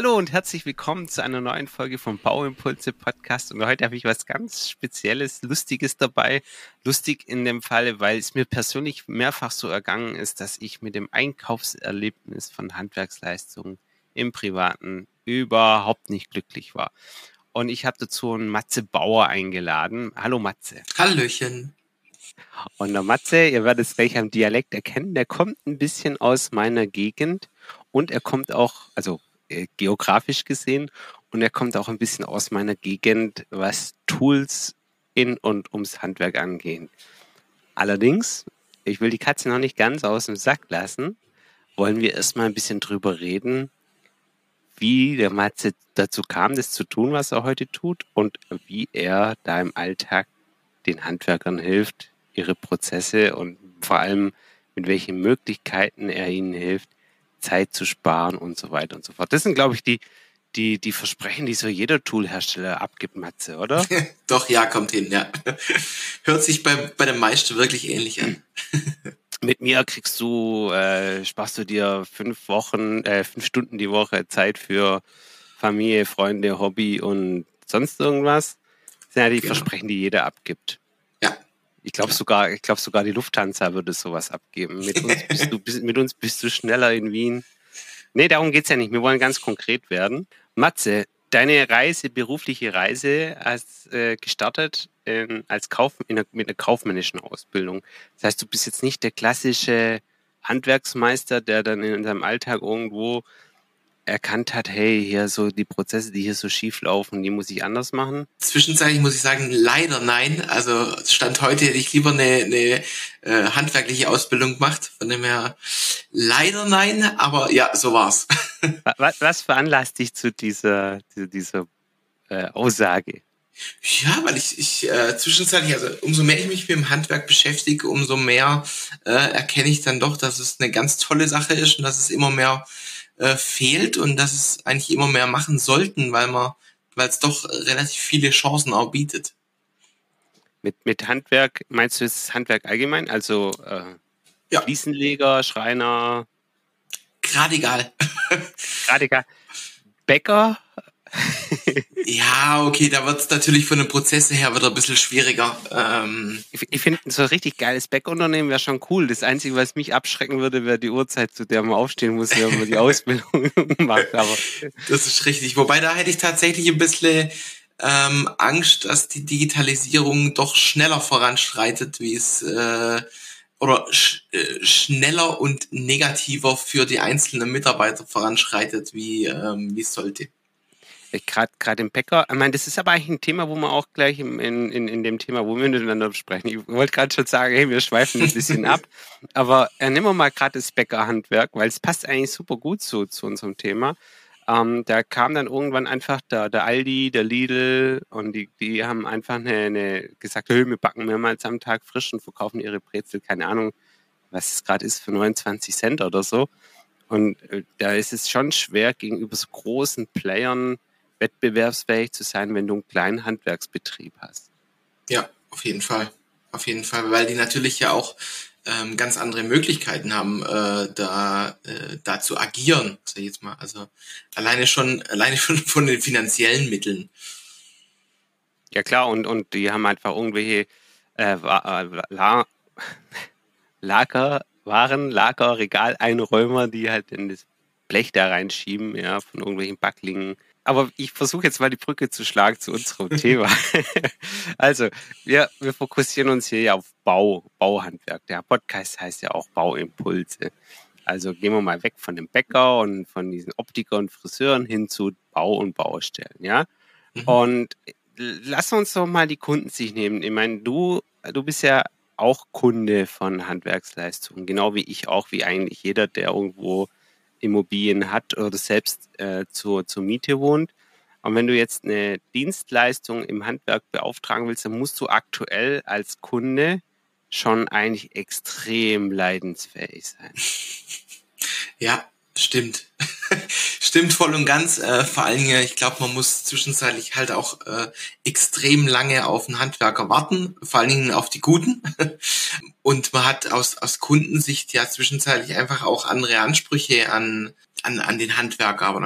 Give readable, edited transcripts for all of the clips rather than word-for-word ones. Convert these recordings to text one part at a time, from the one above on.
Hallo und herzlich willkommen zu einer neuen Folge vom Bauimpulse Podcast. Und heute habe ich was ganz Spezielles, Lustiges dabei. Lustig in dem Falle, weil es mir persönlich mehrfach so ergangen ist, dass ich mit dem Einkaufserlebnis von Handwerksleistungen im Privaten überhaupt nicht glücklich war. Und ich habe dazu einen Matze Bauer eingeladen. Hallo Matze. Hallöchen. Und der Matze, ihr werdet es gleich am Dialekt erkennen, der kommt ein bisschen aus meiner Gegend und er kommt auch, also geografisch gesehen, und er kommt auch ein bisschen aus meiner Gegend, was Tools in und ums Handwerk angehen. Allerdings, ich will die Katze noch nicht ganz aus dem Sack lassen, wollen wir erstmal ein bisschen drüber reden, wie der Matze dazu kam, das zu tun, was er heute tut und wie er da im Alltag den Handwerkern hilft, ihre Prozesse und vor allem mit welchen Möglichkeiten er ihnen hilft, Zeit zu sparen und so weiter und so fort. Das sind, glaube ich, die Versprechen, die so jeder Toolhersteller abgibt, Matze, oder? Doch, ja, kommt hin, ja. Hört sich bei den meisten wirklich ähnlich an. Mit mir sparst du dir 5 Stunden die Woche Zeit für Familie, Freunde, Hobby und sonst irgendwas. Das sind ja die Versprechen, die jeder abgibt. Ja. Ich glaube sogar die Lufthansa würde sowas abgeben. Mit uns bist du schneller in Wien. Nee, darum geht's ja nicht. Wir wollen ganz konkret werden. Matze, deine berufliche Reise, hast gestartet mit einer kaufmännischen Ausbildung. Das heißt, du bist jetzt nicht der klassische Handwerksmeister, der dann in seinem Alltag irgendwo erkannt hat, hey, hier so die Prozesse, die hier so schief laufen, die muss ich anders machen? Zwischenzeitlich muss ich sagen, leider nein. Also Stand heute hätte ich lieber eine handwerkliche Ausbildung gemacht. Von dem her leider nein, aber ja, so war's. Was veranlasst dich zu dieser Aussage? Ja, weil ich zwischenzeitlich, also umso mehr ich mich mit dem Handwerk beschäftige, umso mehr erkenne ich dann doch, dass es eine ganz tolle Sache ist und dass es immer mehr fehlt und dass es eigentlich immer mehr machen sollten, weil es doch relativ viele Chancen auch bietet. Mit Handwerk, meinst du das Handwerk allgemein? Also Ja. Fliesenleger, Schreiner? Gerade egal. Gerade egal. Bäcker? Ja, okay, da wird es natürlich von den Prozessen her wieder ein bisschen schwieriger. Ich finde, so ein richtig geiles Bäckerunternehmen wäre schon cool. Das Einzige, was mich abschrecken würde, wäre die Uhrzeit, zu der man aufstehen muss, wenn man die Ausbildung macht. Aber das ist richtig. Wobei, da hätte ich tatsächlich ein bisschen Angst, dass die Digitalisierung doch schneller voranschreitet, wie es schneller und negativer für die einzelnen Mitarbeiter voranschreitet, wie es sollte. Gerade im Bäcker, ich meine, das ist aber eigentlich ein Thema, wo wir auch gleich in dem Thema, wo wir miteinander sprechen. Ich wollte gerade schon sagen, hey, wir schweifen ein bisschen ab, aber nehmen wir mal gerade das Bäckerhandwerk, weil es passt eigentlich super gut zu unserem Thema. Da kam dann irgendwann einfach der Aldi, der Lidl und die haben einfach gesagt, hey, wir backen mehrmals am Tag frisch und verkaufen ihre Brezel, keine Ahnung, was es gerade ist, für 29 Cent oder so. Und da ist es schon schwer, gegenüber so großen Playern wettbewerbsfähig zu sein, wenn du einen kleinen Handwerksbetrieb hast. Ja, auf jeden Fall. Auf jeden Fall, weil die natürlich ja auch ganz andere Möglichkeiten haben, da zu agieren, sag ich jetzt mal. Also alleine schon von den finanziellen Mitteln. Ja klar, und die haben einfach irgendwelche Regaleinräumer, die halt in das Blech da reinschieben, ja, von irgendwelchen Backlingen. Aber ich versuche jetzt mal die Brücke zu schlagen zu unserem Thema. Also, wir fokussieren uns hier ja auf Bauhandwerk. Der Podcast heißt ja auch Bauimpulse. Also gehen wir mal weg von dem Bäcker und von diesen Optiker und Friseuren hin zu Bau und Baustellen, ja. Und lass uns doch mal die Kunden sich nehmen. Ich meine, du bist ja auch Kunde von Handwerksleistungen, genau wie ich auch, wie eigentlich jeder, der irgendwo Immobilien hat oder selbst zur Miete wohnt. Und wenn du jetzt eine Dienstleistung im Handwerk beauftragen willst, dann musst du aktuell als Kunde schon eigentlich extrem leidensfähig sein. Ja, stimmt. Stimmt voll und ganz. Vor allen Dingen, ich glaube, man muss zwischenzeitlich halt auch extrem lange auf einen Handwerker warten, vor allen Dingen auf die Guten. Und man hat aus Kundensicht ja zwischenzeitlich einfach auch andere Ansprüche an den Handwerker. Oder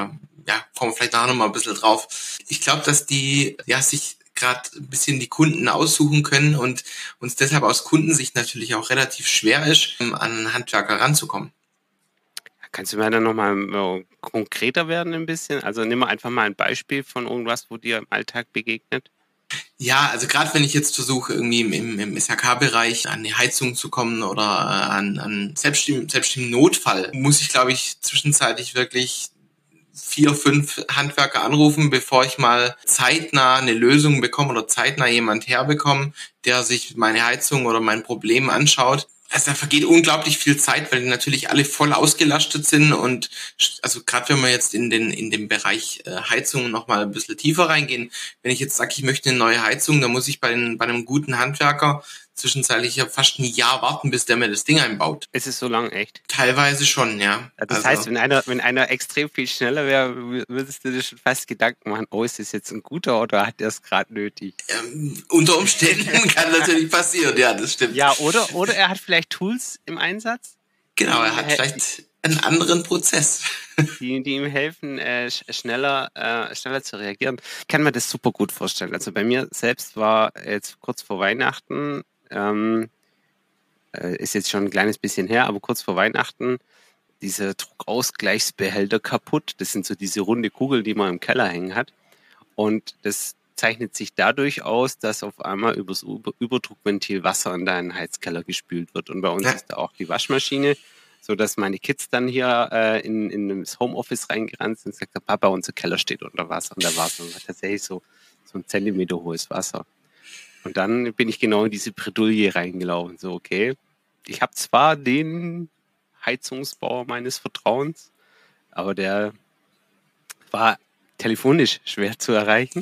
ja, kommen wir vielleicht nachher nochmal ein bisschen drauf. Ich glaube, dass die ja sich gerade ein bisschen die Kunden aussuchen können und uns deshalb aus Kundensicht natürlich auch relativ schwer ist, an Handwerker ranzukommen. Kannst du mir dann nochmal konkreter werden ein bisschen? Also nimm mal einfach mal ein Beispiel von irgendwas, wo dir im Alltag begegnet. Ja, also gerade wenn ich jetzt versuche, irgendwie im SHK-Bereich an die Heizung zu kommen oder an selbst im Notfall, muss ich, glaube ich, zwischenzeitlich wirklich 4, 5 Handwerker anrufen, bevor ich mal zeitnah eine Lösung bekomme oder zeitnah jemand herbekomme, der sich meine Heizung oder mein Problem anschaut. Also da vergeht unglaublich viel Zeit, weil die natürlich alle voll ausgelastet sind und also gerade wenn wir jetzt in den Bereich Heizung noch mal ein bisschen tiefer reingehen, wenn ich jetzt sage, ich möchte eine neue Heizung, dann muss ich bei einem guten Handwerker zwischenzeitlich ja fast ein Jahr warten, bis der mir das Ding einbaut. Ist es so lang echt? Teilweise schon, ja. Das heißt, wenn einer extrem viel schneller wäre, würdest du dir schon fast Gedanken machen, oh, ist das jetzt ein guter oder hat der es gerade nötig? Unter Umständen kann natürlich passieren, ja, das stimmt. Ja, oder er hat vielleicht Tools im Einsatz. Genau, er hat vielleicht einen anderen Prozess. Die ihm helfen, schneller zu reagieren. Ich kann mir das super gut vorstellen. Also bei mir selbst war jetzt kurz vor Weihnachten, ist jetzt schon ein kleines bisschen her, aber kurz vor Weihnachten dieser Druckausgleichsbehälter kaputt. Das sind so diese runde Kugel, die man im Keller hängen hat. Und das zeichnet sich dadurch aus, dass auf einmal übers Überdruckventil Wasser in deinen Heizkeller gespült wird. Und bei uns ist da auch die Waschmaschine, so dass meine Kids dann hier in das Homeoffice reingerannt sind und gesagt haben, Papa, unser Keller steht unter Wasser. Und da war es tatsächlich so ein Zentimeter hohes Wasser. Und dann bin ich genau in diese Bredouille reingelaufen. So, okay, ich habe zwar den Heizungsbauer meines Vertrauens, aber der war telefonisch schwer zu erreichen.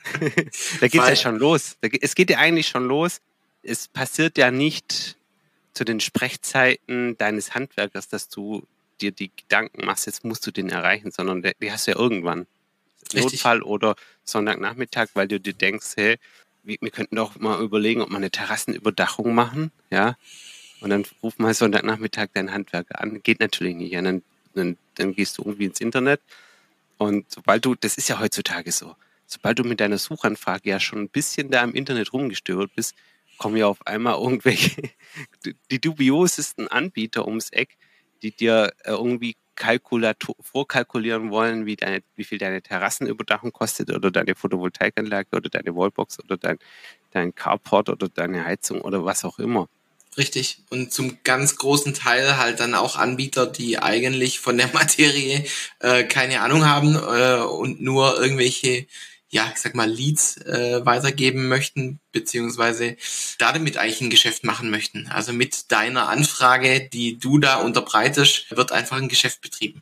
Da geht es ja schon los. Es geht ja eigentlich schon los. Es passiert ja nicht zu den Sprechzeiten deines Handwerkers, dass du dir die Gedanken machst, jetzt musst du den erreichen, sondern die hast du ja irgendwann. Richtig. Notfall oder Sonntagnachmittag, weil du dir denkst, hey, wir könnten doch mal überlegen, ob wir eine Terrassenüberdachung machen, ja. Und dann ruf mal Sonntagnachmittag deinen Handwerker an. Geht natürlich nicht. Ja, dann gehst du irgendwie ins Internet. Und das ist ja heutzutage so, sobald du mit deiner Suchanfrage ja schon ein bisschen da im Internet rumgestöbert bist, kommen ja auf einmal irgendwelche, die dubiosesten Anbieter ums Eck, die dir irgendwie vorkalkulieren wollen, wie viel deine Terrassenüberdachung kostet oder deine Photovoltaikanlage oder deine Wallbox oder dein Carport oder deine Heizung oder was auch immer. Richtig. Und zum ganz großen Teil halt dann auch Anbieter, die eigentlich von der Materie keine Ahnung haben und nur irgendwelche, ja, ich sag mal, Leads weitergeben möchten, beziehungsweise damit eigentlich ein Geschäft machen möchten. Also mit deiner Anfrage, die du da unterbreitest, wird einfach ein Geschäft betrieben.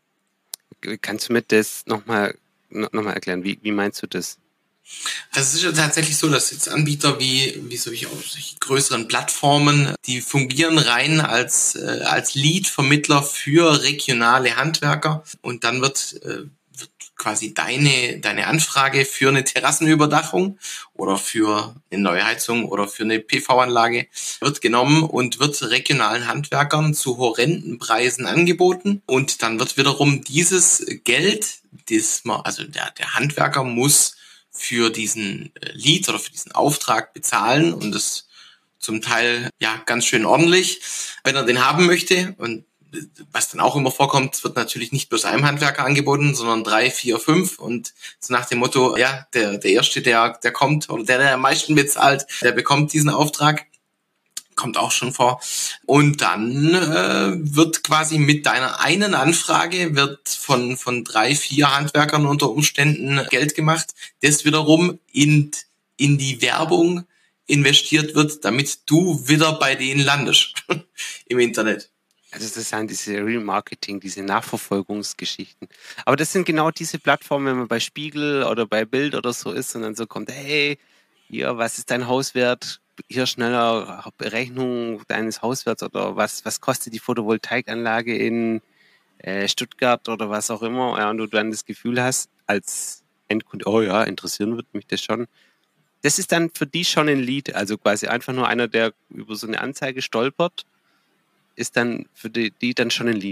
Kannst du mir das nochmal erklären? Wie meinst du das? Also es ist ja tatsächlich so, dass jetzt Anbieter wie solche größeren Plattformen, die fungieren rein als Lead-Vermittler für regionale Handwerker und dann wird quasi deine Anfrage für eine Terrassenüberdachung oder für eine neue Heizung oder für eine PV-Anlage wird genommen und wird regionalen Handwerkern zu horrenden Preisen angeboten und dann wird wiederum dieses Geld, also der Handwerker muss für diesen Lead oder für diesen Auftrag bezahlen und das zum Teil ja ganz schön ordentlich, wenn er den haben möchte. Und was dann auch immer vorkommt, wird natürlich nicht bloß einem Handwerker angeboten, sondern 3, 4, 5 und so nach dem Motto, ja, der Erste, der kommt oder der am meisten bezahlt, der bekommt diesen Auftrag. Kommt auch schon vor. Und dann wird quasi mit deiner einen Anfrage wird von 3, 4 Handwerkern unter Umständen Geld gemacht, das wiederum in die Werbung investiert wird, damit du wieder bei denen landest im Internet. Also das sind diese Remarketing, diese Nachverfolgungsgeschichten. Aber das sind genau diese Plattformen, wenn man bei Spiegel oder bei Bild oder so ist und dann so kommt, hey, hier, was ist dein Hauswert? Hier schneller Berechnung deines Hauswerts oder was kostet die Photovoltaikanlage in Stuttgart oder was auch immer. Ja, und du dann das Gefühl hast, als Endkunde, oh ja, interessieren wird mich das schon. Das ist dann für die schon ein Lead, also quasi einfach nur einer, der über so eine Anzeige stolpert, ist dann für die dann schon ein Lead.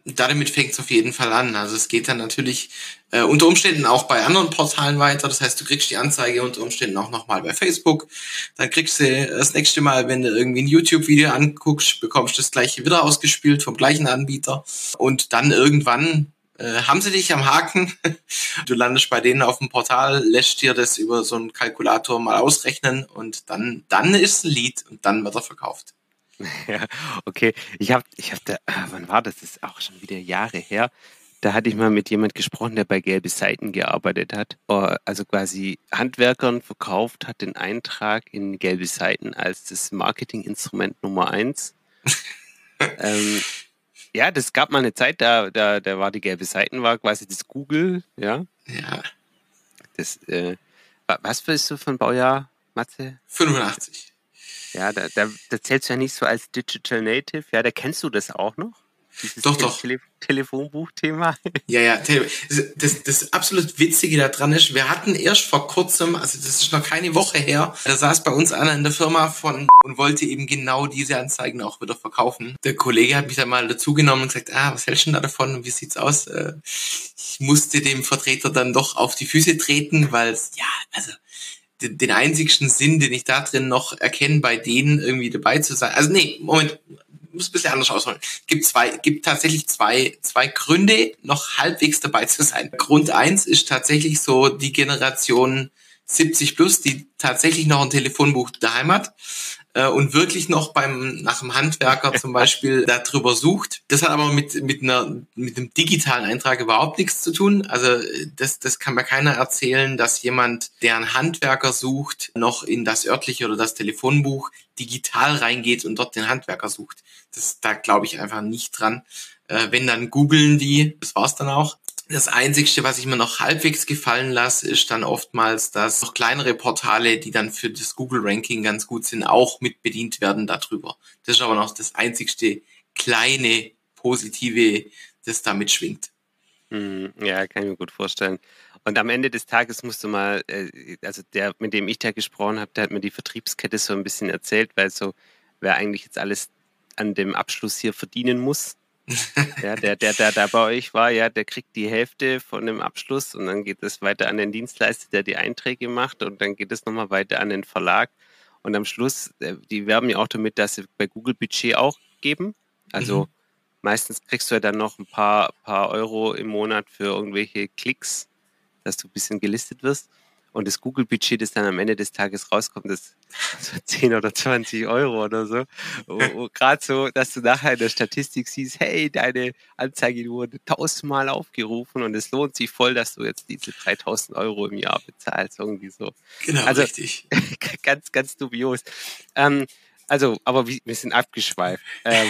damit fängt es auf jeden Fall an. Also es geht dann natürlich unter Umständen auch bei anderen Portalen weiter. Das heißt, du kriegst die Anzeige unter Umständen auch nochmal bei Facebook. Dann kriegst du das nächste Mal, wenn du irgendwie ein YouTube-Video anguckst, bekommst du das gleiche wieder ausgespielt vom gleichen Anbieter. Und dann irgendwann haben sie dich am Haken. Du landest bei denen auf dem Portal, lässt dir das über so einen Kalkulator mal ausrechnen und dann ist ein Lied und dann wird er verkauft. Ja, okay. Ich hab da, wann war das? Das ist auch schon wieder Jahre her. Da hatte ich mal mit jemand gesprochen, der bei Gelbe Seiten gearbeitet hat. Also quasi Handwerkern verkauft hat den Eintrag in Gelbe Seiten als das Marketinginstrument Nummer 1. Ja, das gab mal eine Zeit, da war die Gelbe Seiten, war quasi das Google, ja. Ja. Das, was bist du für ein Baujahr, Matze? 85. Ja, da zählst du ja nicht so als Digital Native. Ja, da kennst du das auch noch? Dieses Doch. Telefonbuch-Thema. Ja. Das absolut Witzige daran ist, wir hatten erst vor kurzem, also das ist noch keine Woche her, da saß bei uns einer in der Firma und wollte eben genau diese Anzeigen auch wieder verkaufen. Der Kollege hat mich dann mal dazugenommen und gesagt, was hältst du denn da davon? Wie sieht's aus? Ich musste dem Vertreter dann doch auf die Füße treten, weil den einzigsten Sinn, den ich da drin noch erkenne, bei denen irgendwie dabei zu sein. Also nee, Moment, muss ein bisschen anders ausholen. Gibt tatsächlich zwei Gründe, noch halbwegs dabei zu sein. Grund 1 ist tatsächlich so die Generation 70 plus, die tatsächlich noch ein Telefonbuch daheim hat und wirklich noch nach dem Handwerker zum Beispiel darüber sucht. Das hat aber mit einem digitalen Eintrag überhaupt nichts zu tun. Also das kann mir keiner erzählen, dass jemand, der einen Handwerker sucht, noch in das örtliche oder das Telefonbuch digital reingeht und dort den Handwerker sucht. Da glaube ich einfach nicht dran. Wenn, dann googeln die, das war's dann auch. Das Einzigste, was ich mir noch halbwegs gefallen lasse, ist dann oftmals, dass noch kleinere Portale, die dann für das Google-Ranking ganz gut sind, auch mit bedient werden darüber. Das ist aber noch das einzigste kleine Positive, das da mitschwingt. Ja, kann ich mir gut vorstellen. Und am Ende des Tages musst du mal, also der, mit dem ich da gesprochen habe, der hat mir die Vertriebskette so ein bisschen erzählt, weil so, wer eigentlich jetzt alles an dem Abschluss hier verdienen muss, ja, der da bei euch war, ja, der kriegt die Hälfte von dem Abschluss und dann geht es weiter an den Dienstleister, der die Einträge macht und dann geht es nochmal weiter an den Verlag und am Schluss, die werben ja auch damit, dass sie bei Google Budget auch geben, also meistens kriegst du ja dann noch ein paar Euro im Monat für irgendwelche Klicks, dass du ein bisschen gelistet wirst. Und das Google-Budget, das dann am Ende des Tages rauskommt, das so 10 oder 20 Euro oder so. Gerade so, dass du nachher in der Statistik siehst, hey, deine Anzeige wurde 1000-mal aufgerufen und es lohnt sich voll, dass du jetzt diese 3000 Euro im Jahr bezahlst. Irgendwie so. Genau, also, richtig. Ganz, ganz dubios. Also, aber wir sind abgeschweift.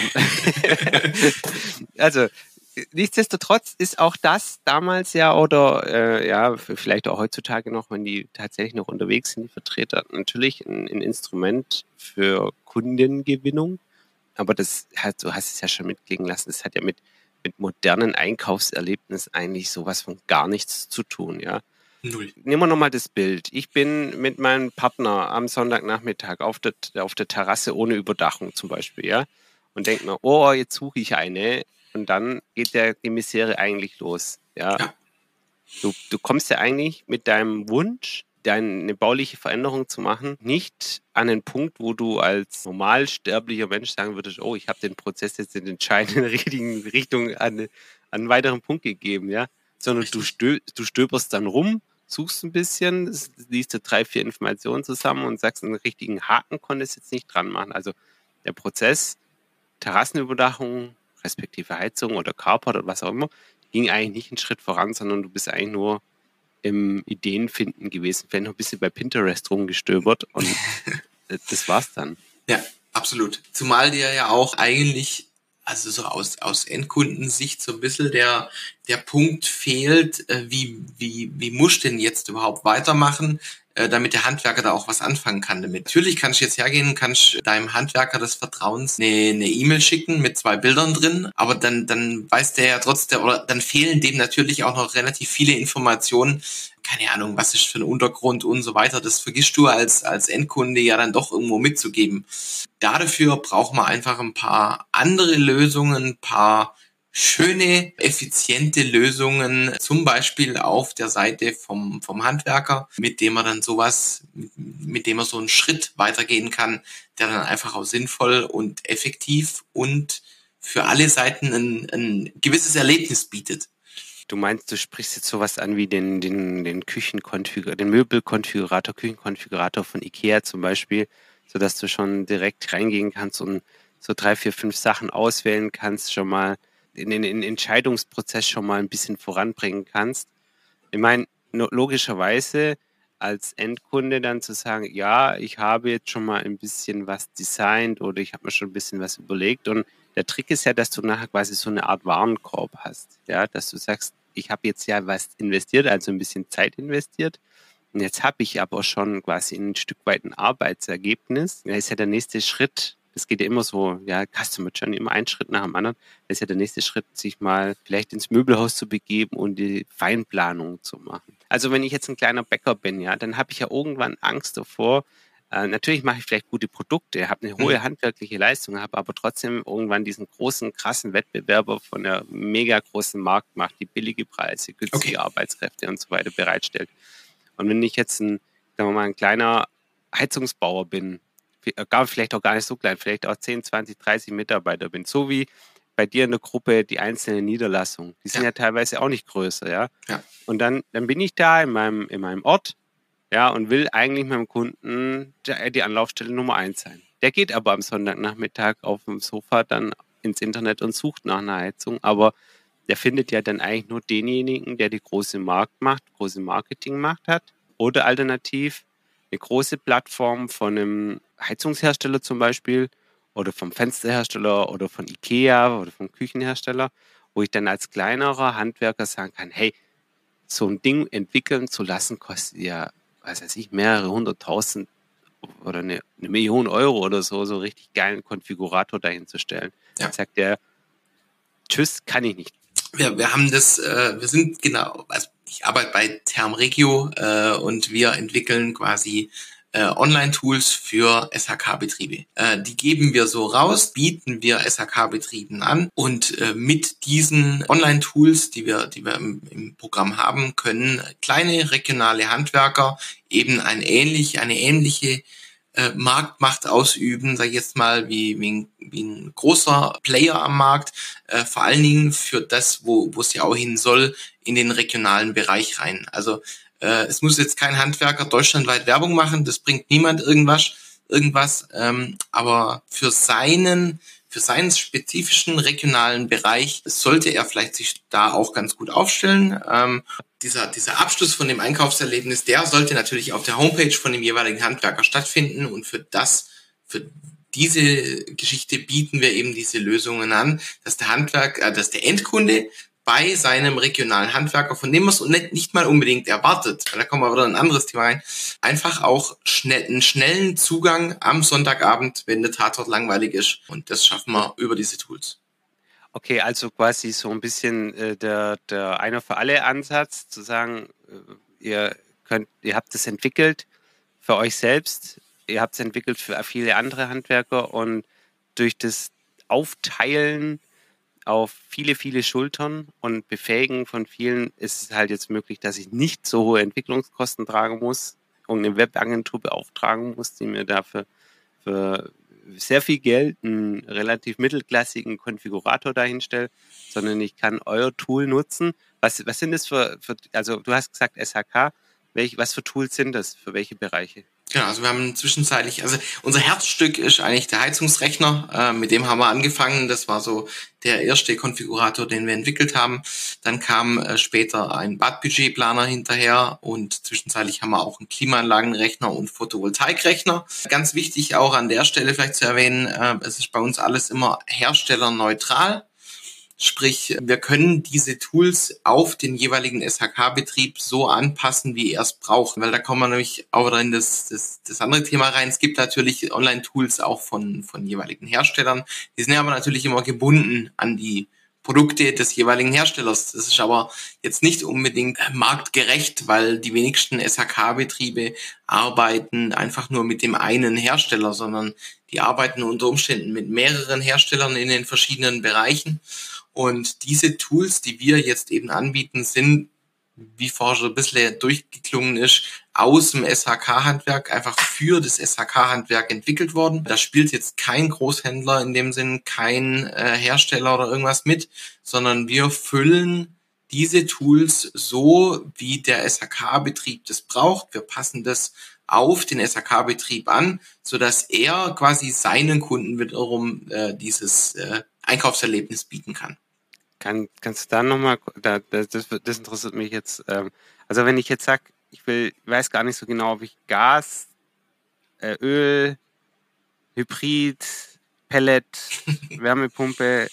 Also, nichtsdestotrotz ist auch das damals ja oder vielleicht auch heutzutage noch, wenn die tatsächlich noch unterwegs sind, die Vertreter, natürlich ein Instrument für Kundengewinnung. Aber das hat, du hast es ja schon mitklingen lassen, das hat ja mit modernen Einkaufserlebnis eigentlich sowas von gar nichts zu tun, ja. Null. Nehmen wir nochmal das Bild. Ich bin mit meinem Partner am Sonntagnachmittag auf der Terrasse ohne Überdachung zum Beispiel, ja, und denke mir, oh, jetzt suche ich eine. Und dann geht die Misere eigentlich los. Ja. Du kommst ja eigentlich mit deinem Wunsch, eine bauliche Veränderung zu machen, nicht an den Punkt, wo du als normal sterblicher Mensch sagen würdest, oh, ich habe den Prozess jetzt in der entscheidenden richtigen Richtung an einen weiteren Punkt gegeben, ja. Sondern du stöberst dann rum, suchst ein bisschen, liest du 3, 4 Informationen zusammen und sagst, einen richtigen Haken konntest du jetzt nicht dran machen. Also der Prozess, Terrassenüberdachung, respektive Heizung oder Carport oder was auch immer, ging eigentlich nicht einen Schritt voran, sondern du bist eigentlich nur im Ideenfinden gewesen, vielleicht noch ein bisschen bei Pinterest rumgestöbert und das war's dann. Ja, absolut. Zumal dir ja auch eigentlich, also so aus Endkundensicht so ein bisschen der Punkt fehlt, wie muss ich denn jetzt überhaupt weitermachen, damit der Handwerker da auch was anfangen kann damit. Natürlich kannst du jetzt hergehen, kannst deinem Handwerker des Vertrauens eine E-Mail schicken mit 2 Bildern drin, aber dann weiß der ja trotzdem, oder dann fehlen dem natürlich auch noch relativ viele Informationen, keine Ahnung, was ist für ein Untergrund und so weiter. Das vergisst du als Endkunde ja dann doch irgendwo mitzugeben. Dafür braucht man einfach ein paar andere Lösungen, ein paar schöne, effiziente Lösungen, zum Beispiel auf der Seite vom Handwerker, mit dem er dann mit dem er so einen Schritt weitergehen kann, der dann einfach auch sinnvoll und effektiv und für alle Seiten ein gewisses Erlebnis bietet. Du meinst, du sprichst jetzt sowas an wie den den Möbelkonfigurator, Küchenkonfigurator von IKEA zum Beispiel, sodass du schon direkt reingehen kannst und so 3, 4, 5 Sachen auswählen kannst, schon mal in den Entscheidungsprozess schon mal ein bisschen voranbringen kannst. Ich meine, logischerweise als Endkunde dann zu sagen, ja, ich habe jetzt schon mal ein bisschen was designt oder ich habe mir schon ein bisschen was überlegt. Und der Trick ist ja, dass du nachher quasi so eine Art Warenkorb hast. Ja, dass du sagst, ich habe jetzt ja was investiert, also ein bisschen Zeit investiert. Und jetzt habe ich aber schon quasi ein Stück weit ein Arbeitsergebnis. Da ist ja der nächste Schritt, das geht ja immer so, ja, Customer Journey, immer ein Schritt nach dem anderen. Da ist ja der nächste Schritt, sich mal vielleicht ins Möbelhaus zu begeben und die Feinplanung zu machen. Also wenn ich jetzt ein kleiner Bäcker bin, ja, dann habe ich ja irgendwann Angst davor. Natürlich mache ich vielleicht gute Produkte, habe eine hohe handwerkliche Leistung, habe aber trotzdem irgendwann diesen großen, krassen Wettbewerber von der mega großen Marktmacht, die billige Preise, günstige Arbeitskräfte und so weiter bereitstellt. Und wenn ich jetzt sagen wir mal, ein kleiner Heizungsbauer bin, vielleicht auch gar nicht so klein, vielleicht auch 10, 20, 30 Mitarbeiter bin, so wie bei dir in der Gruppe die einzelnen Niederlassungen, die sind ja teilweise auch nicht größer, ja. Und dann bin ich da in meinem Ort, ja, und will eigentlich meinem Kunden die Anlaufstelle Nummer 1 sein. Der geht aber am Sonntagnachmittag auf dem Sofa dann ins Internet und sucht nach einer Heizung, aber der findet ja dann eigentlich nur denjenigen, der die große Marktmacht, große Marketingmacht hat oder alternativ eine große Plattform von einem Heizungshersteller zum Beispiel oder vom Fensterhersteller oder von IKEA oder vom Küchenhersteller, wo ich dann als kleinerer Handwerker sagen kann, hey, so ein Ding entwickeln zu lassen, kostet ja, was weiß ich, mehrere 100.000 oder eine Million Euro oder so richtig geilen Konfigurator dahin zu stellen. Dann sagt der, tschüss, kann ich nicht. Wir haben wir sind genau, also ich arbeite bei Thermregio und wir entwickeln quasi Online-Tools für SHK-Betriebe. Die geben wir so raus, bieten wir SHK-Betrieben an und mit diesen Online-Tools, die wir im Programm haben, können kleine regionale Handwerker eben eine ähnliche Marktmacht ausüben, sage ich jetzt mal, wie ein großer Player am Markt, vor allen Dingen für das, wo es ja auch hin soll, in den regionalen Bereich rein. Also es muss jetzt kein Handwerker deutschlandweit Werbung machen, das bringt niemand irgendwas, aber für seinen spezifischen regionalen Bereich sollte er vielleicht sich da auch ganz gut aufstellen. Dieser Abschluss von dem Einkaufserlebnis, der sollte natürlich auf der Homepage von dem jeweiligen Handwerker stattfinden und für diese Geschichte bieten wir eben diese Lösungen an, dass dass der Endkunde bei seinem regionalen Handwerker, von dem man es nicht mal unbedingt erwartet, da kommen wir wieder in ein anderes Thema rein, einfach auch einen schnellen Zugang am Sonntagabend, wenn der Tatort langweilig ist. Und das schaffen wir über diese Tools. Okay, also quasi so ein bisschen der Einer für alle Ansatz, zu sagen, ihr habt es entwickelt für euch selbst, ihr habt es entwickelt für viele andere Handwerker und durch das Aufteilen auf viele, viele Schultern und Befähigen von vielen ist es halt jetzt möglich, dass ich nicht so hohe Entwicklungskosten tragen muss und eine Webagentur beauftragen muss, die mir dafür für sehr viel Geld einen relativ mittelklassigen Konfigurator dahinstellt, sondern ich kann euer Tool nutzen. Was sind das also du hast gesagt SHK, was für Tools sind das, für welche Bereiche? Genau, also wir haben zwischenzeitlich, also unser Herzstück ist eigentlich der Heizungsrechner, mit dem haben wir angefangen, das war so der erste Konfigurator, den wir entwickelt haben. Dann kam später ein Badbudgetplaner hinterher und zwischenzeitlich haben wir auch einen Klimaanlagenrechner und Photovoltaikrechner. Ganz wichtig auch an der Stelle vielleicht zu erwähnen, es ist bei uns alles immer herstellerneutral. Sprich, wir können diese Tools auf den jeweiligen SHK-Betrieb so anpassen, wie er es braucht. Weil da kommen wir nämlich auch wieder in das andere Thema rein. Es gibt natürlich Online-Tools auch von jeweiligen Herstellern. Die sind aber natürlich immer gebunden an die Produkte des jeweiligen Herstellers. Das ist aber jetzt nicht unbedingt marktgerecht, weil die wenigsten SHK-Betriebe arbeiten einfach nur mit dem einen Hersteller, sondern die arbeiten unter Umständen mit mehreren Herstellern in den verschiedenen Bereichen. Und diese Tools, die wir jetzt eben anbieten, sind, wie vorher schon ein bisschen durchgeklungen ist, aus dem SHK-Handwerk, einfach für das SHK-Handwerk entwickelt worden. Da spielt jetzt kein Großhändler in dem Sinn, kein Hersteller oder irgendwas mit, sondern wir füllen diese Tools so, wie der SHK-Betrieb das braucht. Wir passen das auf den SHK-Betrieb an, sodass er quasi seinen Kunden wiederum dieses Einkaufserlebnis bieten kann. Kannst du da nochmal, das interessiert mich jetzt, also wenn ich jetzt sage, ich weiß gar nicht so genau, ob ich Gas, Öl, Hybrid, Pellet, Wärmepumpe,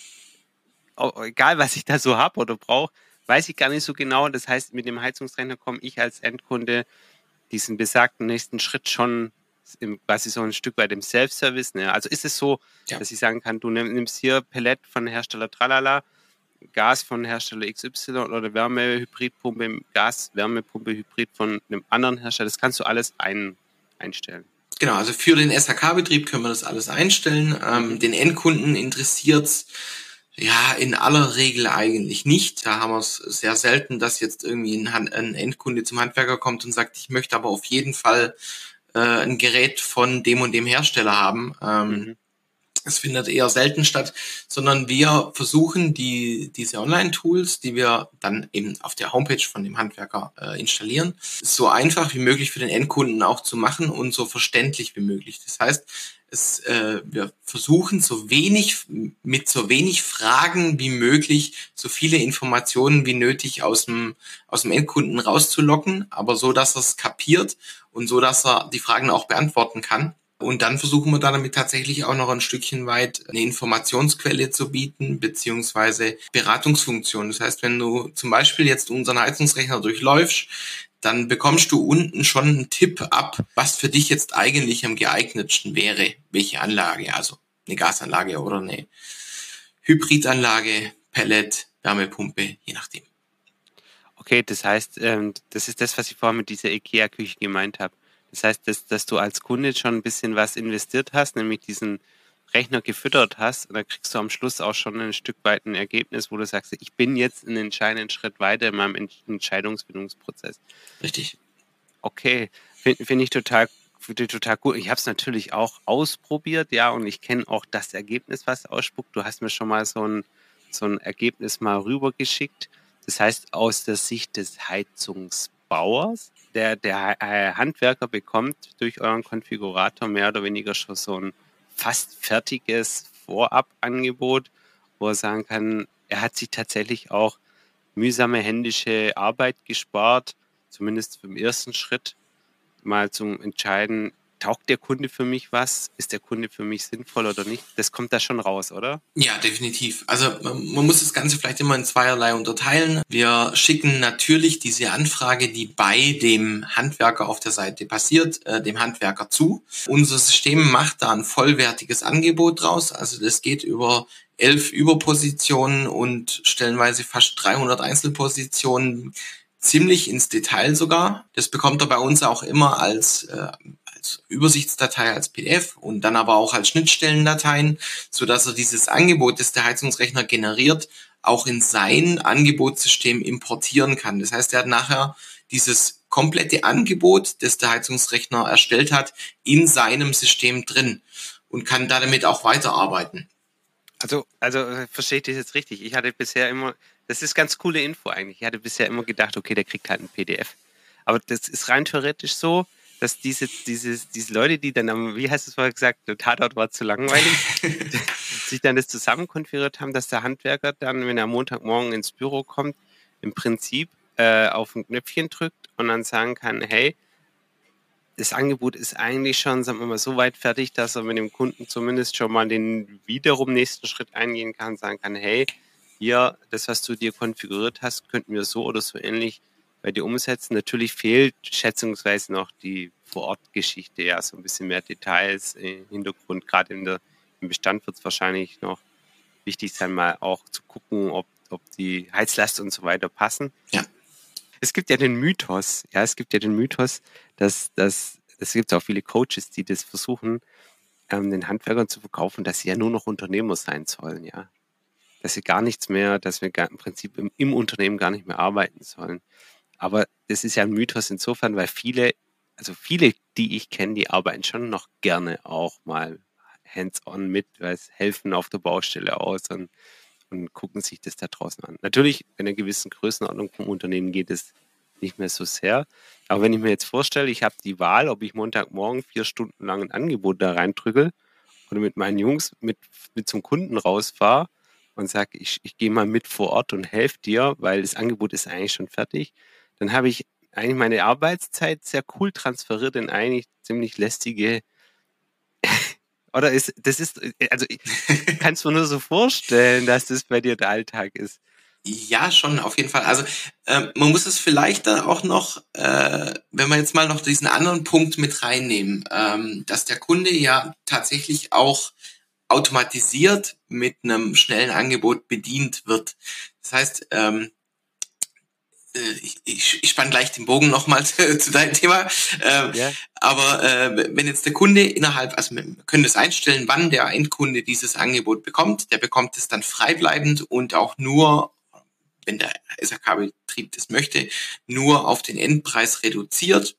egal was ich da so habe oder brauche, weiß ich gar nicht so genau. Das heißt, mit dem Heizungsrechner komme ich als Endkunde diesen besagten nächsten Schritt schon quasi so ein Stück weit im Self-Service. Ne? Also ist es so, dass ich sagen kann, du nimmst hier Pellet von Hersteller Tralala, Gas von Hersteller XY oder Wärmehybridpumpe, Gas-Wärmepumpe-Hybrid von einem anderen Hersteller. Das kannst du alles einstellen. Genau, also für den SHK-Betrieb können wir das alles einstellen. Den Endkunden interessiert's ja in aller Regel eigentlich nicht. Da haben wir es sehr selten, dass jetzt irgendwie ein Endkunde zum Handwerker kommt und sagt, ich möchte aber auf jeden Fall ein Gerät von dem und dem Hersteller haben. Es findet eher selten statt, sondern wir versuchen diese Online-Tools, die wir dann eben auf der Homepage von dem Handwerker installieren, so einfach wie möglich für den Endkunden auch zu machen und so verständlich wie möglich. Das heißt, wir versuchen mit so wenig Fragen wie möglich so viele Informationen wie nötig aus dem Endkunden rauszulocken, aber so, dass er es kapiert und so, dass er die Fragen auch beantworten kann. Und dann versuchen wir damit tatsächlich auch noch ein Stückchen weit eine Informationsquelle zu bieten, beziehungsweise Beratungsfunktion. Das heißt, wenn du zum Beispiel jetzt unseren Heizungsrechner durchläufst, dann bekommst du unten schon einen Tipp ab, was für dich jetzt eigentlich am geeignetsten wäre, welche Anlage, also eine Gasanlage oder eine Hybridanlage, Pellet, Wärmepumpe, je nachdem. Okay, das heißt, das ist das, was ich vorhin mit dieser IKEA-Küche gemeint habe. Das heißt, dass du als Kunde schon ein bisschen was investiert hast, nämlich diesen Rechner gefüttert hast, und dann kriegst du am Schluss auch schon ein Stück weit ein Ergebnis, wo du sagst, ich bin jetzt einen entscheidenden Schritt weiter in meinem Entscheidungsfindungsprozess. Richtig. Okay, finde ich total gut. Ich habe es natürlich auch ausprobiert, ja, und ich kenne auch das Ergebnis, was ausspuckt. Du hast mir schon mal so ein Ergebnis mal rübergeschickt. Das heißt, aus der Sicht des Heizungsbauers, der Handwerker bekommt durch euren Konfigurator mehr oder weniger schon so ein fast fertiges Vorabangebot, wo er sagen kann, er hat sich tatsächlich auch mühsame händische Arbeit gespart, zumindest im ersten Schritt, mal zum Entscheiden, taugt der Kunde für mich was? Ist der Kunde für mich sinnvoll oder nicht? Das kommt da schon raus, oder? Ja, definitiv. Also man muss das Ganze vielleicht immer in zweierlei unterteilen. Wir schicken natürlich diese Anfrage, die bei dem Handwerker auf der Seite passiert, dem Handwerker zu. Unser System macht da ein vollwertiges Angebot draus. Also das geht über 11 Überpositionen und stellenweise fast 300 Einzelpositionen, ziemlich ins Detail sogar. Das bekommt er bei uns auch immer als Übersichtsdatei, als PDF und dann aber auch als Schnittstellendateien, so dass er dieses Angebot, das der Heizungsrechner generiert, auch in sein Angebotssystem importieren kann. Das heißt, er hat nachher dieses komplette Angebot, das der Heizungsrechner erstellt hat, in seinem System drin und kann damit auch weiterarbeiten. Also verstehe ich das jetzt richtig? Ich hatte bisher immer, das ist ganz coole Info eigentlich. Ich hatte bisher immer gedacht, okay, der kriegt halt ein PDF. Aber das ist rein theoretisch so, dass diese Leute, die dann wie heißt es vorher gesagt, der Tatort war zu langweilig, sich dann das zusammen konfiguriert haben, dass der Handwerker dann, wenn er am Montagmorgen ins Büro kommt, im Prinzip auf ein Knöpfchen drückt und dann sagen kann, hey, das Angebot ist eigentlich schon, sagen wir mal, so weit fertig, dass er mit dem Kunden zumindest schon mal den wiederum nächsten Schritt eingehen kann, sagen kann, hey, hier, das, was du dir konfiguriert hast, könnten wir so oder so ähnlich bei dir umsetzen. Natürlich fehlt schätzungsweise noch die Vor-Ort-Geschichte, ja, so ein bisschen mehr Details im Hintergrund. Gerade im Bestand wird es wahrscheinlich noch wichtig sein, mal auch zu gucken, ob die Heizlast und so weiter passen. Ja. Es gibt ja den Mythos, dass es gibt auch viele Coaches, die das versuchen, den Handwerkern zu verkaufen, dass sie ja nur noch Unternehmer sein sollen, ja. dass wir im Prinzip im Unternehmen gar nicht mehr arbeiten sollen. Aber das ist ja ein Mythos insofern, weil viele, die ich kenne, die arbeiten schon noch gerne auch mal hands-on mit, weil es helfen auf der Baustelle aus und gucken sich das da draußen an. Natürlich, in einer gewissen Größenordnung vom Unternehmen geht es nicht mehr so sehr. Aber wenn ich mir jetzt vorstelle, ich habe die Wahl, ob ich Montagmorgen 4 Stunden lang ein Angebot da reindrücke oder mit meinen Jungs mit zum Kunden rausfahre und sage, ich gehe mal mit vor Ort und helfe dir, weil das Angebot ist eigentlich schon fertig, dann habe ich eigentlich meine Arbeitszeit sehr cool transferiert in eigentlich ziemlich lästige oder also ich kann es mir nur so vorstellen, dass das bei dir der Alltag ist. Ja, schon, auf jeden Fall. Also man muss es vielleicht dann auch noch, wenn wir jetzt mal noch diesen anderen Punkt mit reinnehmen, dass der Kunde ja tatsächlich auch automatisiert mit einem schnellen Angebot bedient wird. Das heißt, ich spann gleich den Bogen nochmal zu deinem Thema. Ja. Aber wenn jetzt der Kunde also wir können das einstellen, wann der Endkunde dieses Angebot bekommt. Der bekommt es dann freibleibend und auch nur, wenn der SAK-Betrieb das möchte, nur auf den Endpreis reduziert,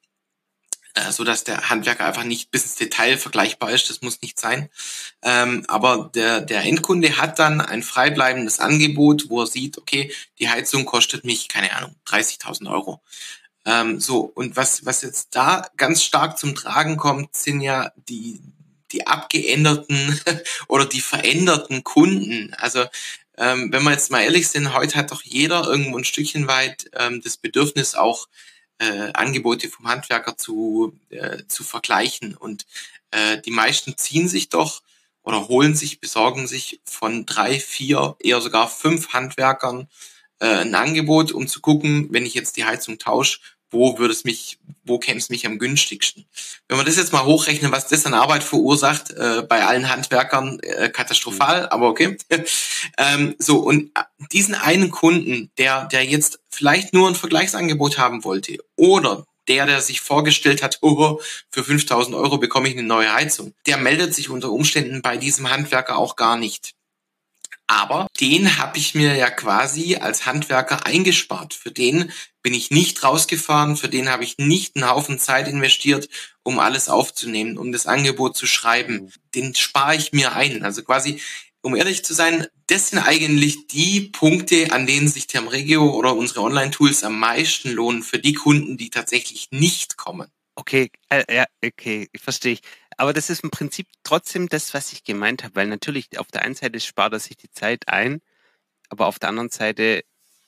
so dass der Handwerker einfach nicht bis ins Detail vergleichbar ist. Das muss nicht sein. Aber der Endkunde hat dann ein freibleibendes Angebot, wo er sieht, okay, die Heizung kostet mich, keine Ahnung, 30.000 Euro. So, und was jetzt da ganz stark zum Tragen kommt, sind ja die abgeänderten oder die veränderten Kunden. Also wenn wir jetzt mal ehrlich sind, heute hat doch jeder irgendwo ein Stückchen weit das Bedürfnis, auch Angebote vom Handwerker zu vergleichen. Und die meisten ziehen sich doch oder besorgen sich von 3, 4, eher sogar 5 Handwerkern ein Angebot, um zu gucken, wenn ich jetzt die Heizung tausche, wo käme es mich am günstigsten. Wenn wir das jetzt mal hochrechnen, was das an Arbeit verursacht, bei allen Handwerkern, katastrophal, aber okay. So, und diesen einen Kunden, der jetzt vielleicht nur ein Vergleichsangebot haben wollte, oder der sich vorgestellt hat, oh, für 5.000 Euro bekomme ich eine neue Heizung, der meldet sich unter Umständen bei diesem Handwerker auch gar nicht. Aber den habe ich mir ja quasi als Handwerker eingespart. Für den bin ich nicht rausgefahren, für den habe ich nicht einen Haufen Zeit investiert, um alles aufzunehmen, um das Angebot zu schreiben. Den spare ich mir ein. Also quasi, um ehrlich zu sein, das sind eigentlich die Punkte, an denen sich Termregio oder unsere Online-Tools am meisten lohnen für die Kunden, die tatsächlich nicht kommen. Okay, ja, okay, verstehe ich. Aber das ist im Prinzip trotzdem das, was ich gemeint habe, weil natürlich auf der einen Seite spart er sich die Zeit ein, aber auf der anderen Seite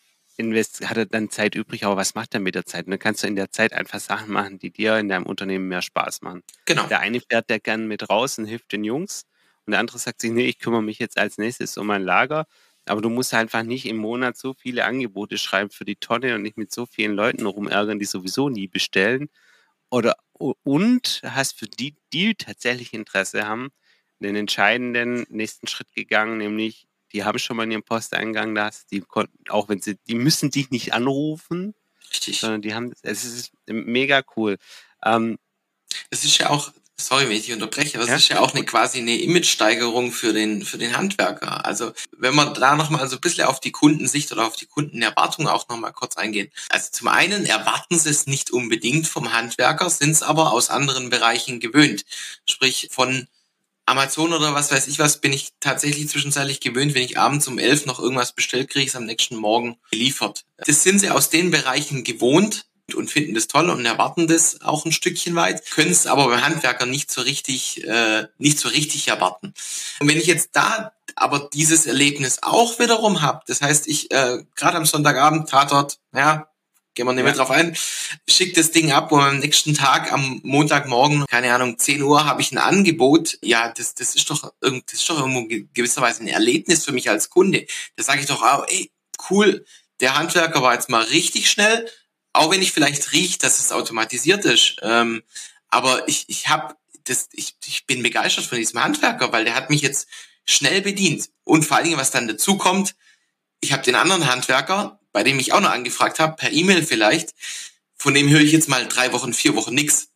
hat er dann Zeit übrig, aber was macht er mit der Zeit? Und dann kannst du in der Zeit einfach Sachen machen, die dir in deinem Unternehmen mehr Spaß machen. Genau. Der eine fährt da gern mit raus und hilft den Jungs und der andere sagt sich, nee, ich kümmere mich jetzt als nächstes um mein Lager, aber du musst einfach nicht im Monat so viele Angebote schreiben für die Tonne und nicht mit so vielen Leuten rumärgern, die sowieso nie bestellen. Und hast für die tatsächlich Interesse haben, den entscheidenden nächsten Schritt gegangen, nämlich die haben schon mal in ihrem Posteingang das, die müssen dich nicht anrufen, Richtig. sondern es ist mega cool. Es ist ja auch, sorry, wenn ich dich unterbreche, aber es ist ja auch quasi eine Image-Steigerung für den Handwerker. Also wenn wir da nochmal so ein bisschen auf die Kundensicht oder auf die Kundenerwartung auch nochmal kurz eingehen. Also zum einen erwarten sie es nicht unbedingt vom Handwerker, sind es aber aus anderen Bereichen gewöhnt. Sprich von Amazon oder was weiß ich was, bin ich tatsächlich zwischenzeitlich gewöhnt, wenn ich abends um 11 noch irgendwas bestellt, kriege ich es am nächsten Morgen geliefert. Das sind sie aus den Bereichen gewohnt und finden das toll und erwarten das auch ein Stückchen weit, können es aber beim Handwerker nicht so richtig erwarten. Und wenn ich jetzt da aber dieses Erlebnis auch wiederum habe, das heißt, ich gerade am Sonntagabend, Tatort, ja, gehen wir nicht mehr drauf ein, schick das Ding ab und am nächsten Tag, am Montagmorgen, keine Ahnung, 10 Uhr, habe ich ein Angebot. Ja, das ist doch irgendwo gewisserweise ein Erlebnis für mich als Kunde. Da sage ich doch, ey, cool, der Handwerker war jetzt mal richtig schnell, auch wenn ich vielleicht rieche, dass es automatisiert ist. Aber ich bin begeistert von diesem Handwerker, weil der hat mich jetzt schnell bedient. Und vor allen Dingen, was dann dazu kommt, ich habe den anderen Handwerker, bei dem ich auch noch angefragt habe, per E-Mail vielleicht, von dem höre ich jetzt mal 3 Wochen, 4 Wochen nix.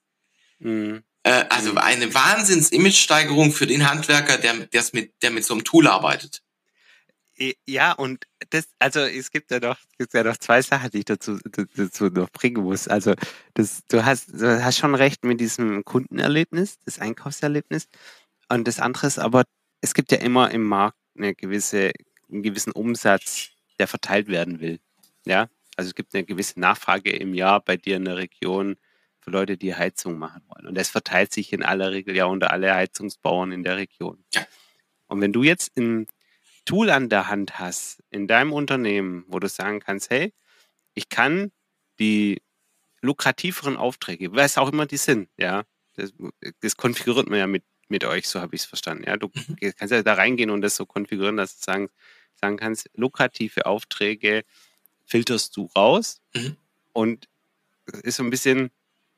Also eine Wahnsinns-Image-Steigerung für den Handwerker, der mit so einem Tool arbeitet. Ja, und also es gibt ja noch zwei Sachen, die ich dazu noch bringen muss. Also du hast schon recht mit diesem Kundenerlebnis, das Einkaufserlebnis. Und das andere ist aber, es gibt ja immer im Markt einen gewissen Umsatz, der verteilt werden will. Ja, also es gibt eine gewisse Nachfrage im Jahr bei dir in der Region für Leute, die Heizung machen wollen. Und das verteilt sich in aller Regel ja unter alle Heizungsbauern in der Region. Ja. Und wenn du jetzt ein Tool an der Hand hast in deinem Unternehmen, wo du sagen kannst, hey, ich kann die lukrativeren Aufträge, was auch immer die sind, ja, das konfiguriert man ja mit euch, so habe ich es verstanden. Ja, du kannst ja da reingehen und das so konfigurieren, dass du sagen kannst, lukrative Aufträge filterst du raus und ist so ein bisschen,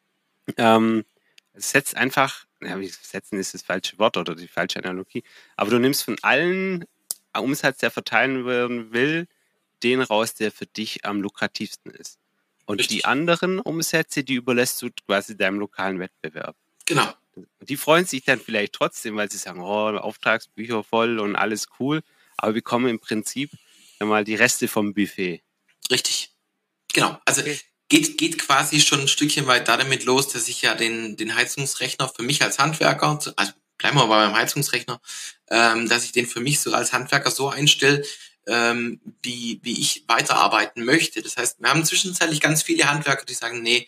setzt einfach, ja, setzen ist das falsche Wort oder die falsche Analogie, aber du nimmst von allen Umsatz, der verteilen werden will, den raus, der für dich am lukrativsten ist. Und Richtig. die anderen Umsätze, die überlässt du quasi deinem lokalen Wettbewerb. Genau. Die freuen sich dann vielleicht trotzdem, weil sie sagen, oh, Auftragsbücher voll und alles cool, aber bekommen im Prinzip mal die Reste vom Buffet. Richtig. Genau. Also Okay. geht quasi schon ein Stückchen weit damit los, dass ich ja den Heizungsrechner für mich als Handwerker, also bleiben wir mal beim Heizungsrechner, dass ich den für mich so als Handwerker so einstelle, wie ich weiterarbeiten möchte. Das heißt, wir haben zwischenzeitlich ganz viele Handwerker, die sagen, nee,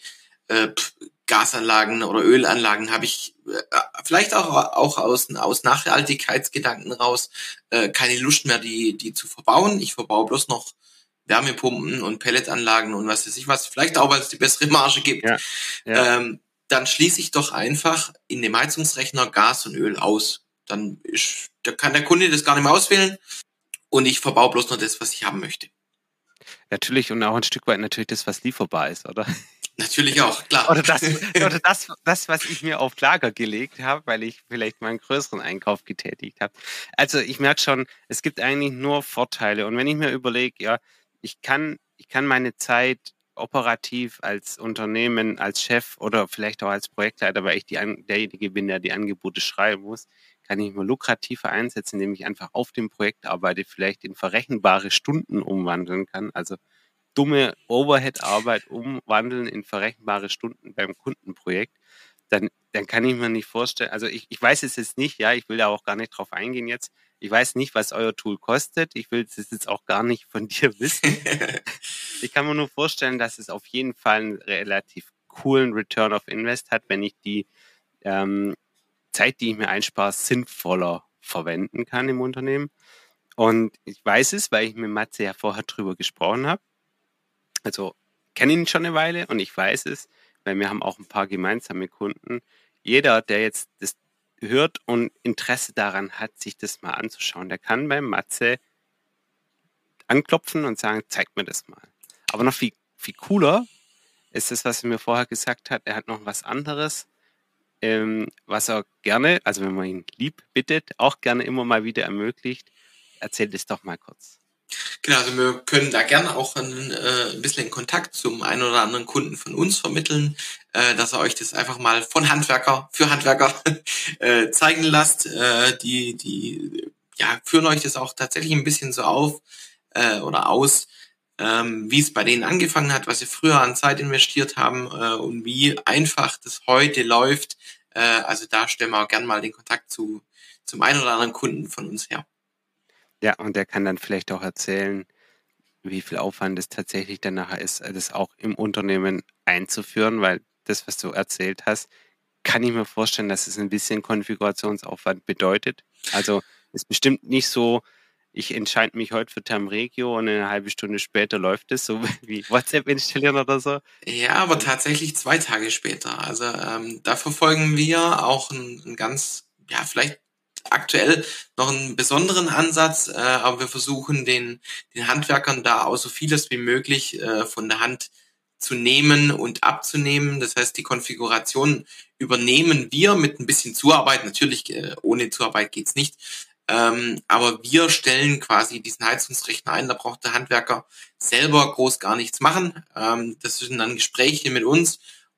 Gasanlagen oder Ölanlagen habe ich vielleicht auch aus Nachhaltigkeitsgedanken raus keine Lust mehr, die zu verbauen. Ich verbaue bloß noch Wärmepumpen und Pelletanlagen und was weiß ich was, vielleicht auch, weil es die bessere Marge gibt, Ja. dann schließe ich doch einfach in dem Heizungsrechner Gas und Öl aus. Da kann der Kunde das gar nicht mehr auswählen und ich verbaue bloß noch das, was ich haben möchte. Natürlich und auch ein Stück weit natürlich das, was lieferbar ist, oder? Natürlich auch, klar. Oder das, was ich mir auf Lager gelegt habe, weil ich vielleicht mal einen größeren Einkauf getätigt habe. Also ich merke schon, es gibt eigentlich nur Vorteile. Und wenn ich mir überlege, ja, ich kann meine Zeit operativ als Unternehmen, als Chef oder vielleicht auch als Projektleiter, weil ich derjenige bin, der die Angebote schreiben muss, kann ich mir lukrativer einsetzen, indem ich einfach auf dem Projekt arbeite, vielleicht in verrechenbare Stunden umwandeln kann. Also dumme Overhead-Arbeit umwandeln in verrechenbare Stunden beim Kundenprojekt, dann kann ich mir nicht vorstellen, also ich weiß es jetzt nicht, ja, ich will da auch gar nicht drauf eingehen jetzt. Ich weiß nicht, was euer Tool kostet. Ich will es jetzt auch gar nicht von dir wissen. Ich kann mir nur vorstellen, dass es auf jeden Fall einen relativ coolen Return of Invest hat, wenn ich die Zeit, die ich mir einspare, sinnvoller verwenden kann im Unternehmen. Und ich weiß es, weil ich mit Matze ja vorher drüber gesprochen habe. Also kenne ihn schon eine Weile und ich weiß es, weil wir haben auch ein paar gemeinsame Kunden. Jeder, der jetzt das hört und Interesse daran hat, sich das mal anzuschauen, der kann beim Matze anklopfen und sagen, zeig mir das mal. Aber noch viel, viel cooler ist das, was er mir vorher gesagt hat. Er hat noch was anderes, was er gerne, also wenn man ihn lieb bittet, auch gerne immer mal wieder ermöglicht. Erzähl das doch mal kurz. Genau, also wir können da gerne auch ein bisschen in Kontakt zum einen oder anderen Kunden von uns vermitteln, dass ihr euch das einfach mal von Handwerker für Handwerker zeigen lasst. Die führen euch das auch tatsächlich ein bisschen so auf oder aus, wie es bei denen angefangen hat, was sie früher an Zeit investiert haben und wie einfach das heute läuft. Also da stellen wir auch gerne mal den Kontakt zum einen oder anderen Kunden von uns her. Ja, und der kann dann vielleicht auch erzählen, wie viel Aufwand es tatsächlich dann nachher ist, das auch im Unternehmen einzuführen, weil das, was du erzählt hast, kann ich mir vorstellen, dass es ein bisschen Konfigurationsaufwand bedeutet. Also ist bestimmt nicht so, ich entscheide mich heute für Termregio und eine halbe Stunde später läuft es, so wie WhatsApp installieren oder so. Ja, aber tatsächlich 2 Tage später. Also da verfolgen wir auch einen ganz, ja, vielleicht aktuell noch einen besonderen Ansatz, aber wir versuchen den Handwerkern da auch so vieles wie möglich von der Hand zu nehmen und abzunehmen. Das heißt, die Konfiguration übernehmen wir mit ein bisschen Zuarbeit. Natürlich, ohne Zuarbeit geht's nicht. Aber wir stellen quasi diesen Heizungsrechner ein. Da braucht der Handwerker selber groß gar nichts machen. Das sind dann Gespräche mit uns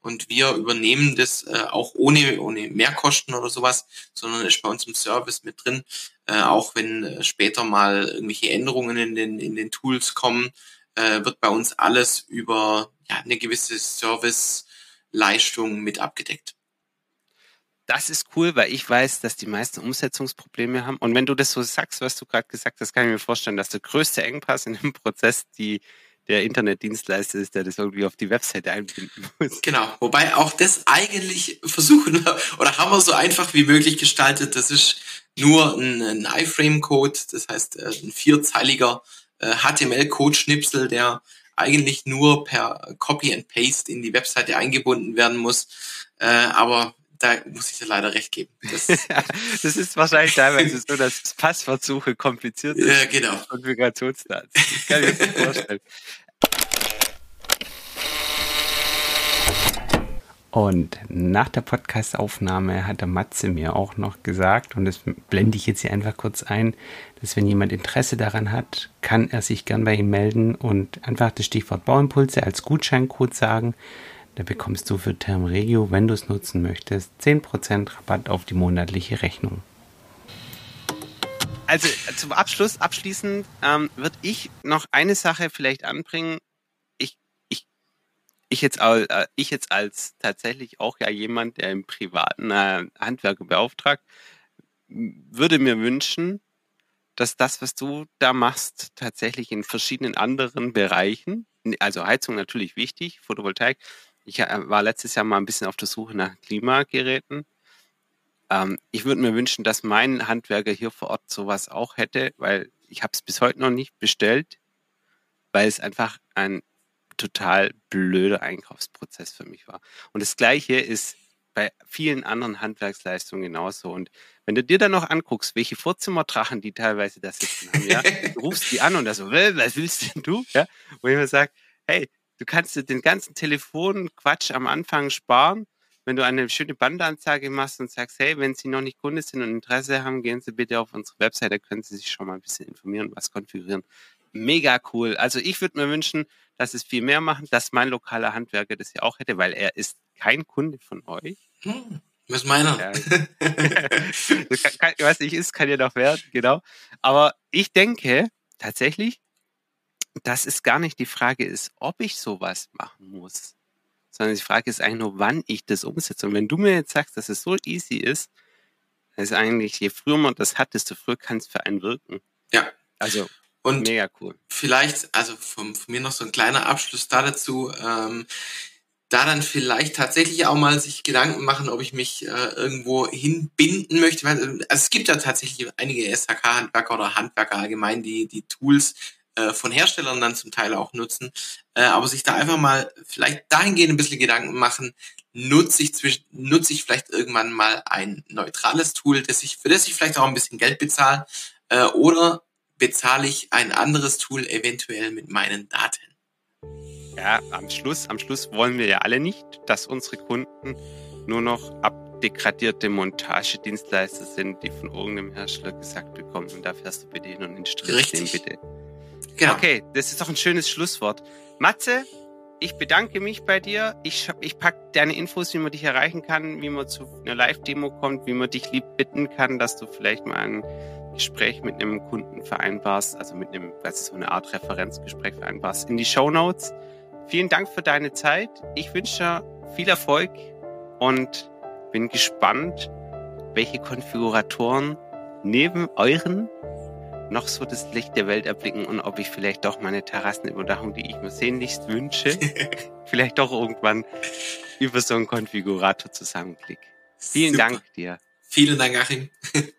und wir übernehmen das auch ohne Mehrkosten oder sowas, sondern ist bei uns im Service mit drin, auch wenn später mal irgendwelche Änderungen in den Tools kommen, wird bei uns alles über eine gewisse Serviceleistung mit abgedeckt. Das ist cool, weil ich weiß, dass die meisten Umsetzungsprobleme haben. Und wenn du das so sagst, was du gerade gesagt hast, kann ich mir vorstellen, dass der größte Engpass in dem Prozess der Internetdienstleister ist, der das irgendwie auf die Webseite einbinden muss. Genau, wobei auch das eigentlich versuchen oder haben wir so einfach wie möglich gestaltet. Das ist nur ein iFrame-Code, das heißt ein 4-zeiliger HTML-Code-Schnipsel, der eigentlich nur per Copy and Paste in die Webseite eingebunden werden muss. Aber da muss ich dir leider recht geben. Das ist wahrscheinlich teilweise so, dass Passwortsuche kompliziert ist. Ja, genau. Konfigurationsdaten. Das kann ich mir vorstellen. Und nach der Podcast-Aufnahme hat der Matze mir auch noch gesagt, und das blende ich jetzt hier einfach kurz ein, dass wenn jemand Interesse daran hat, kann er sich gern bei ihm melden und einfach das Stichwort Bauimpulse als Gutscheincode sagen. Da bekommst du für Termregio, wenn du es nutzen möchtest, 10% Rabatt auf die monatliche Rechnung. Also zum abschließend würde ich noch eine Sache vielleicht anbringen. Ich jetzt als tatsächlich auch ja jemand, der im privaten Handwerker beauftragt, würde mir wünschen, dass das, was du da machst, tatsächlich in verschiedenen anderen Bereichen, also Heizung natürlich wichtig, Photovoltaik. Ich war letztes Jahr mal ein bisschen auf der Suche nach Klimageräten. Ich würde mir wünschen, dass mein Handwerker hier vor Ort sowas auch hätte, weil ich habe es bis heute noch nicht bestellt, weil es einfach ein total blöder Einkaufsprozess für mich war. Und das Gleiche ist bei vielen anderen Handwerksleistungen genauso. Und wenn du dir dann noch anguckst, welche Vorzimmerdrachen die teilweise da sitzen haben, ja, du rufst die an und da so, was willst denn du? Ja, wo ich mir sage, hey, du kannst dir den ganzen Telefonquatsch am Anfang sparen, wenn du eine schöne Bandansage machst und sagst, hey, wenn Sie noch nicht Kunde sind und Interesse haben, gehen Sie bitte auf unsere Website, da können Sie sich schon mal ein bisschen informieren, was konfigurieren. Mega cool. Also ich würde mir wünschen, dass es viel mehr machen, dass mein lokaler Handwerker das ja auch hätte, weil er ist kein Kunde von euch. Was meiner? Ja. Was nicht ist, kann ja noch werden, genau. Aber ich denke tatsächlich, dass es gar nicht die Frage ist, ob ich sowas machen muss, sondern die Frage ist eigentlich nur, wann ich das umsetze. Und wenn du mir jetzt sagst, dass es so easy ist, ist eigentlich, je früher man das hat, desto früher kann es für einen wirken. Ja. Also und mega cool. Vielleicht, also von mir noch so ein kleiner Abschluss dazu, da dann vielleicht tatsächlich auch mal sich Gedanken machen, ob ich mich irgendwo hinbinden möchte. Weil, also es gibt ja tatsächlich einige SHK-Handwerker oder Handwerker allgemein, die Tools von Herstellern dann zum Teil auch nutzen. Aber sich da einfach mal vielleicht dahingehend ein bisschen Gedanken machen, nutze ich vielleicht irgendwann mal ein neutrales Tool, für das ich vielleicht auch ein bisschen Geld bezahle, oder bezahle ich ein anderes Tool eventuell mit meinen Daten. Ja, am Schluss wollen wir ja alle nicht, dass unsere Kunden nur noch abdegradierte Montagedienstleister sind, die von irgendeinem Hersteller gesagt bekommen, und da fährst du bitte hin und installierst den bitte. Genau. Okay, das ist doch ein schönes Schlusswort. Matze, ich bedanke mich bei dir. Ich packe deine Infos, wie man dich erreichen kann, wie man zu einer Live-Demo kommt, wie man dich lieb bitten kann, dass du vielleicht mal ein Gespräch mit einem Kunden vereinbarst, also mit einem, so eine Art Referenzgespräch vereinbarst, in die Shownotes. Vielen Dank für deine Zeit. Ich wünsche dir viel Erfolg und bin gespannt, welche Konfiguratoren neben euren noch so das Licht der Welt erblicken und ob ich vielleicht doch meine Terrassenüberdachung, die ich mir sehnlichst wünsche, vielleicht doch irgendwann über so einen Konfigurator zusammenklicke. Vielen Dank dir. Vielen Dank, Achim.